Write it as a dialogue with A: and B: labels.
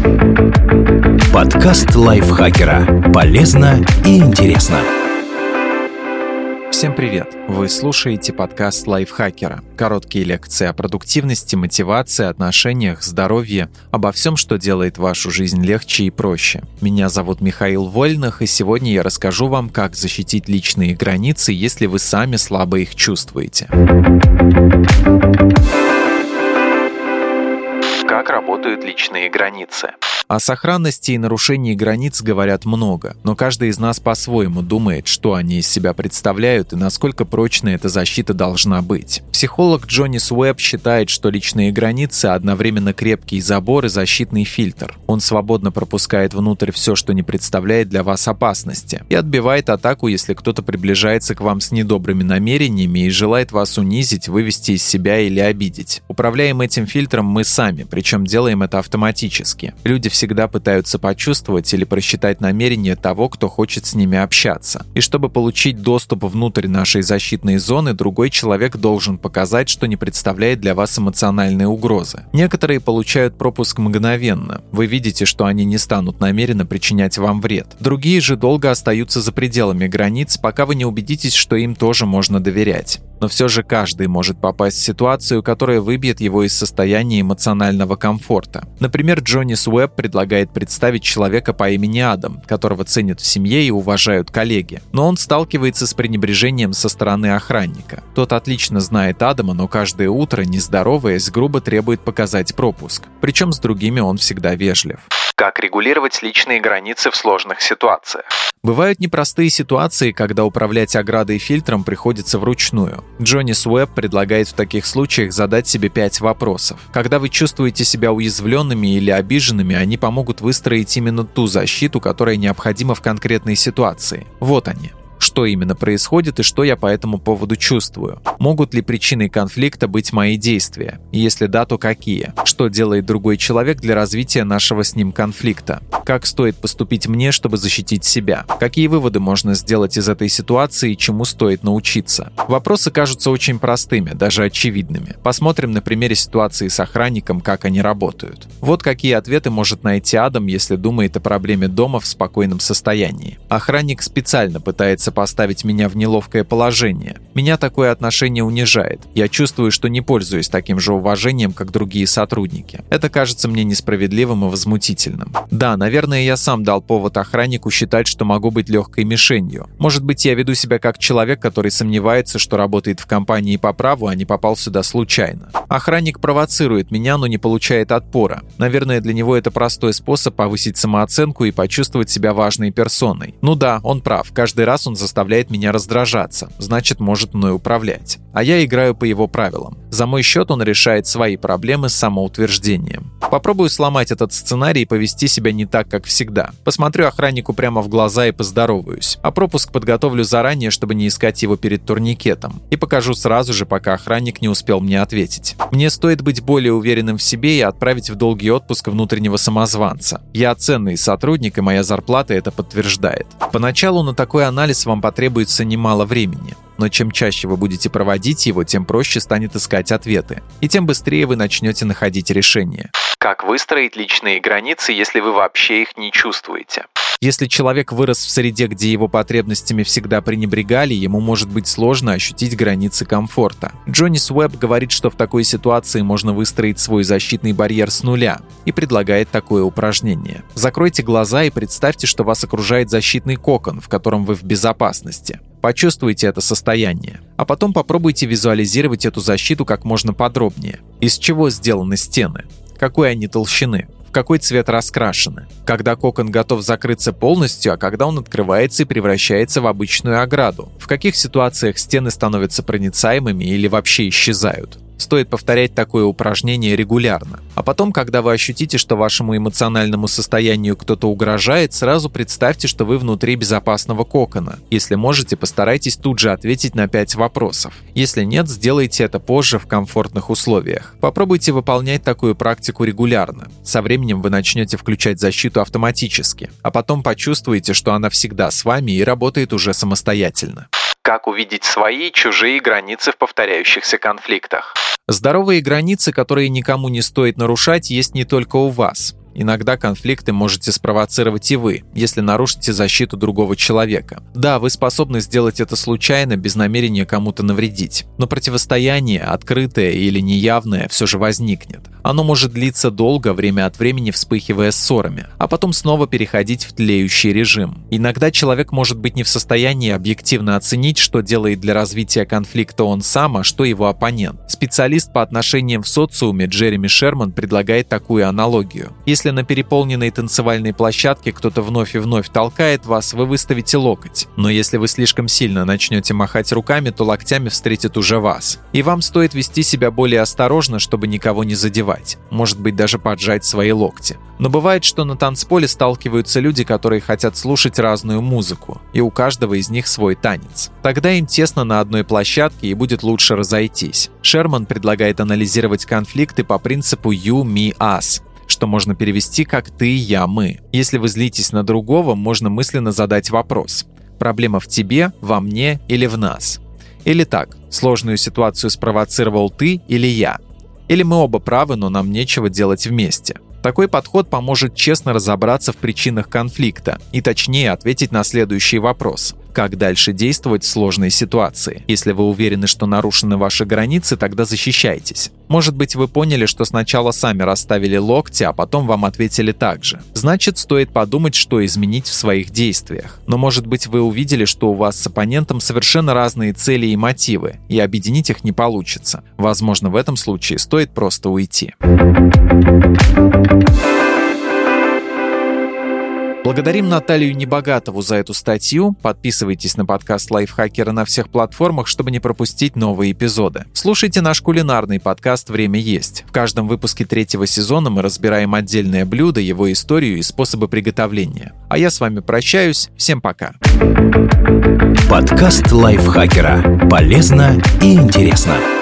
A: Подкаст лайфхакера. Полезно и интересно.
B: Всем привет! Вы слушаете подкаст лайфхакера. Короткие лекции о продуктивности, мотивации, отношениях, здоровье, обо всем, что делает вашу жизнь легче и проще. Меня зовут Михаил Вольных, и сегодня я расскажу вам, как защитить личные границы, если вы сами слабо их чувствуете. Как работают личные границы? О сохранности и нарушении границ говорят много, но каждый из нас по-своему думает, что они из себя представляют и насколько прочной эта защита должна быть. Психолог Джонис Уэбб считает, что личные границы одновременно крепкий забор и защитный фильтр. Он свободно пропускает внутрь все, что не представляет для вас опасности, и отбивает атаку, если кто-то приближается к вам с недобрыми намерениями и желает вас унизить, вывести из себя или обидеть. Управляем этим фильтром мы сами, причем делаем это автоматически. Люди всегда пытаются почувствовать или просчитать намерения того, кто хочет с ними общаться. И чтобы получить доступ внутрь нашей защитной зоны, другой человек должен показать, что не представляет для вас эмоциональной угрозы. Некоторые получают пропуск мгновенно. Вы видите, что они не станут намеренно причинять вам вред. Другие же долго остаются за пределами границ, пока вы не убедитесь, что им тоже можно доверять. Но все же каждый может попасть в ситуацию, которая выбьет его из состояния эмоционального комфорта. Например, Джонис Уэбб предлагает представить человека по имени Адам, которого ценят в семье и уважают коллеги. Но он сталкивается с пренебрежением со стороны охранника. Тот отлично знает Адама, но каждое утро, не здороваясь, грубо требует показать пропуск. Причем с другими он всегда вежлив. Как регулировать личные границы в сложных ситуациях? Бывают непростые ситуации, когда управлять оградой и фильтром приходится вручную. Джонис Уэбб предлагает в таких случаях задать себе 5 вопросов. Когда вы чувствуете себя уязвленными или обиженными, они помогут выстроить именно ту защиту, которая необходима в конкретной ситуации. Вот они. Что именно происходит и что я по этому поводу чувствую? Могут ли причиной конфликта быть мои действия? И если да, то какие? Что делает другой человек для развития нашего с ним конфликта? Как стоит поступить мне, чтобы защитить себя? Какие выводы можно сделать из этой ситуации и чему стоит научиться? Вопросы кажутся очень простыми, даже очевидными. Посмотрим на примере ситуации с охранником, как они работают. Вот какие ответы может найти Адам, если думает о проблеме дома в спокойном состоянии. Охранник специально пытается поставить меня в неловкое положение. Меня такое отношение унижает. Я чувствую, что не пользуюсь таким же уважением, как другие сотрудники. Это кажется мне несправедливым и возмутительным. Да, наверное, я сам дал повод охраннику считать, что могу быть легкой мишенью. Может быть, я веду себя как человек, который сомневается, что работает в компании по праву, а не попал сюда случайно. Охранник провоцирует меня, но не получает отпора. Наверное, для него это простой способ повысить самооценку и почувствовать себя важной персоной. Ну да, он прав. Каждый раз он заставляет меня раздражаться, значит, может мной управлять. А я играю по его правилам. За мой счет он решает свои проблемы с самоутверждением. Попробую сломать этот сценарий и повести себя не так, как всегда. Посмотрю охраннику прямо в глаза и поздороваюсь. А пропуск подготовлю заранее, чтобы не искать его перед турникетом. И покажу сразу же, пока охранник не успел мне ответить. Мне стоит быть более уверенным в себе и отправить в долгий отпуск внутреннего самозванца. Я ценный сотрудник, и моя зарплата это подтверждает. Поначалу на такой анализ вам потребуется немало времени. Но чем чаще вы будете проводить его, тем проще станет искать ответы. И тем быстрее вы начнете находить решения. Как выстроить личные границы, если вы вообще их не чувствуете? Если человек вырос в среде, где его потребностями всегда пренебрегали, ему может быть сложно ощутить границы комфорта. Джонис Уэбб говорит, что в такой ситуации можно выстроить свой защитный барьер с нуля, и предлагает такое упражнение. Закройте глаза и представьте, что вас окружает защитный кокон, в котором вы в безопасности. Почувствуйте это состояние, а потом попробуйте визуализировать эту защиту как можно подробнее. Из чего сделаны стены? Какой они толщины? В какой цвет раскрашены? Когда кокон готов закрыться полностью, а когда он открывается и превращается в обычную ограду? В каких ситуациях стены становятся проницаемыми или вообще исчезают? Стоит повторять такое упражнение регулярно. А потом, когда вы ощутите, что вашему эмоциональному состоянию кто-то угрожает, сразу представьте, что вы внутри безопасного кокона. Если можете, постарайтесь тут же ответить на 5 вопросов. Если нет, сделайте это позже в комфортных условиях. Попробуйте выполнять такую практику регулярно. Со временем вы начнете включать защиту автоматически, а потом почувствуете, что она всегда с вами и работает уже самостоятельно. Как увидеть свои и чужие границы в повторяющихся конфликтах? Здоровые границы, которые никому не стоит нарушать, есть не только у вас. Иногда конфликты можете спровоцировать и вы, если нарушите защиту другого человека. Да, вы способны сделать это случайно, без намерения кому-то навредить. Но противостояние, открытое или неявное, все же возникнет. Оно может длиться долго, время от времени вспыхивая ссорами, а потом снова переходить в тлеющий режим. Иногда человек может быть не в состоянии объективно оценить, что делает для развития конфликта он сам, а что его оппонент. Специалист по отношениям в социуме Джереми Шерман предлагает такую аналогию. Если на переполненной танцевальной площадке кто-то вновь и вновь толкает вас, вы выставите локоть. Но если вы слишком сильно начнете махать руками, то локтями встретит уже вас. И вам стоит вести себя более осторожно, чтобы никого не задевать. Может быть, даже поджать свои локти. Но бывает, что на танцполе сталкиваются люди, которые хотят слушать разную музыку, и у каждого из них свой танец. Тогда им тесно на одной площадке и будет лучше разойтись. Шерман предлагает анализировать конфликты по принципу you, me, us, что можно перевести как «ты, я, мы». Если вы злитесь на другого, можно мысленно задать вопрос: проблема в тебе, во мне или в нас? Или так: сложную ситуацию спровоцировал ты или я? Или мы оба правы, но нам нечего делать вместе? Такой подход поможет честно разобраться в причинах конфликта и точнее ответить на следующий вопрос: как дальше действовать в сложной ситуации? Если вы уверены, что нарушены ваши границы, тогда защищайтесь. Может быть, вы поняли, что сначала сами расставили локти, а потом вам ответили так же. Значит, стоит подумать, что изменить в своих действиях. Но может быть, вы увидели, что у вас с оппонентом совершенно разные цели и мотивы, и объединить их не получится. Возможно, в этом случае стоит просто уйти. Благодарим Наталью Небогатову за эту статью. Подписывайтесь на подкаст Лайфхакера на всех платформах, чтобы не пропустить новые эпизоды. Слушайте наш кулинарный подкаст «Время есть». В каждом выпуске 3-го сезона мы разбираем отдельное блюдо, его историю и способы приготовления. А я с вами прощаюсь. Всем пока.
A: Подкаст Лайфхакера. Полезно и интересно.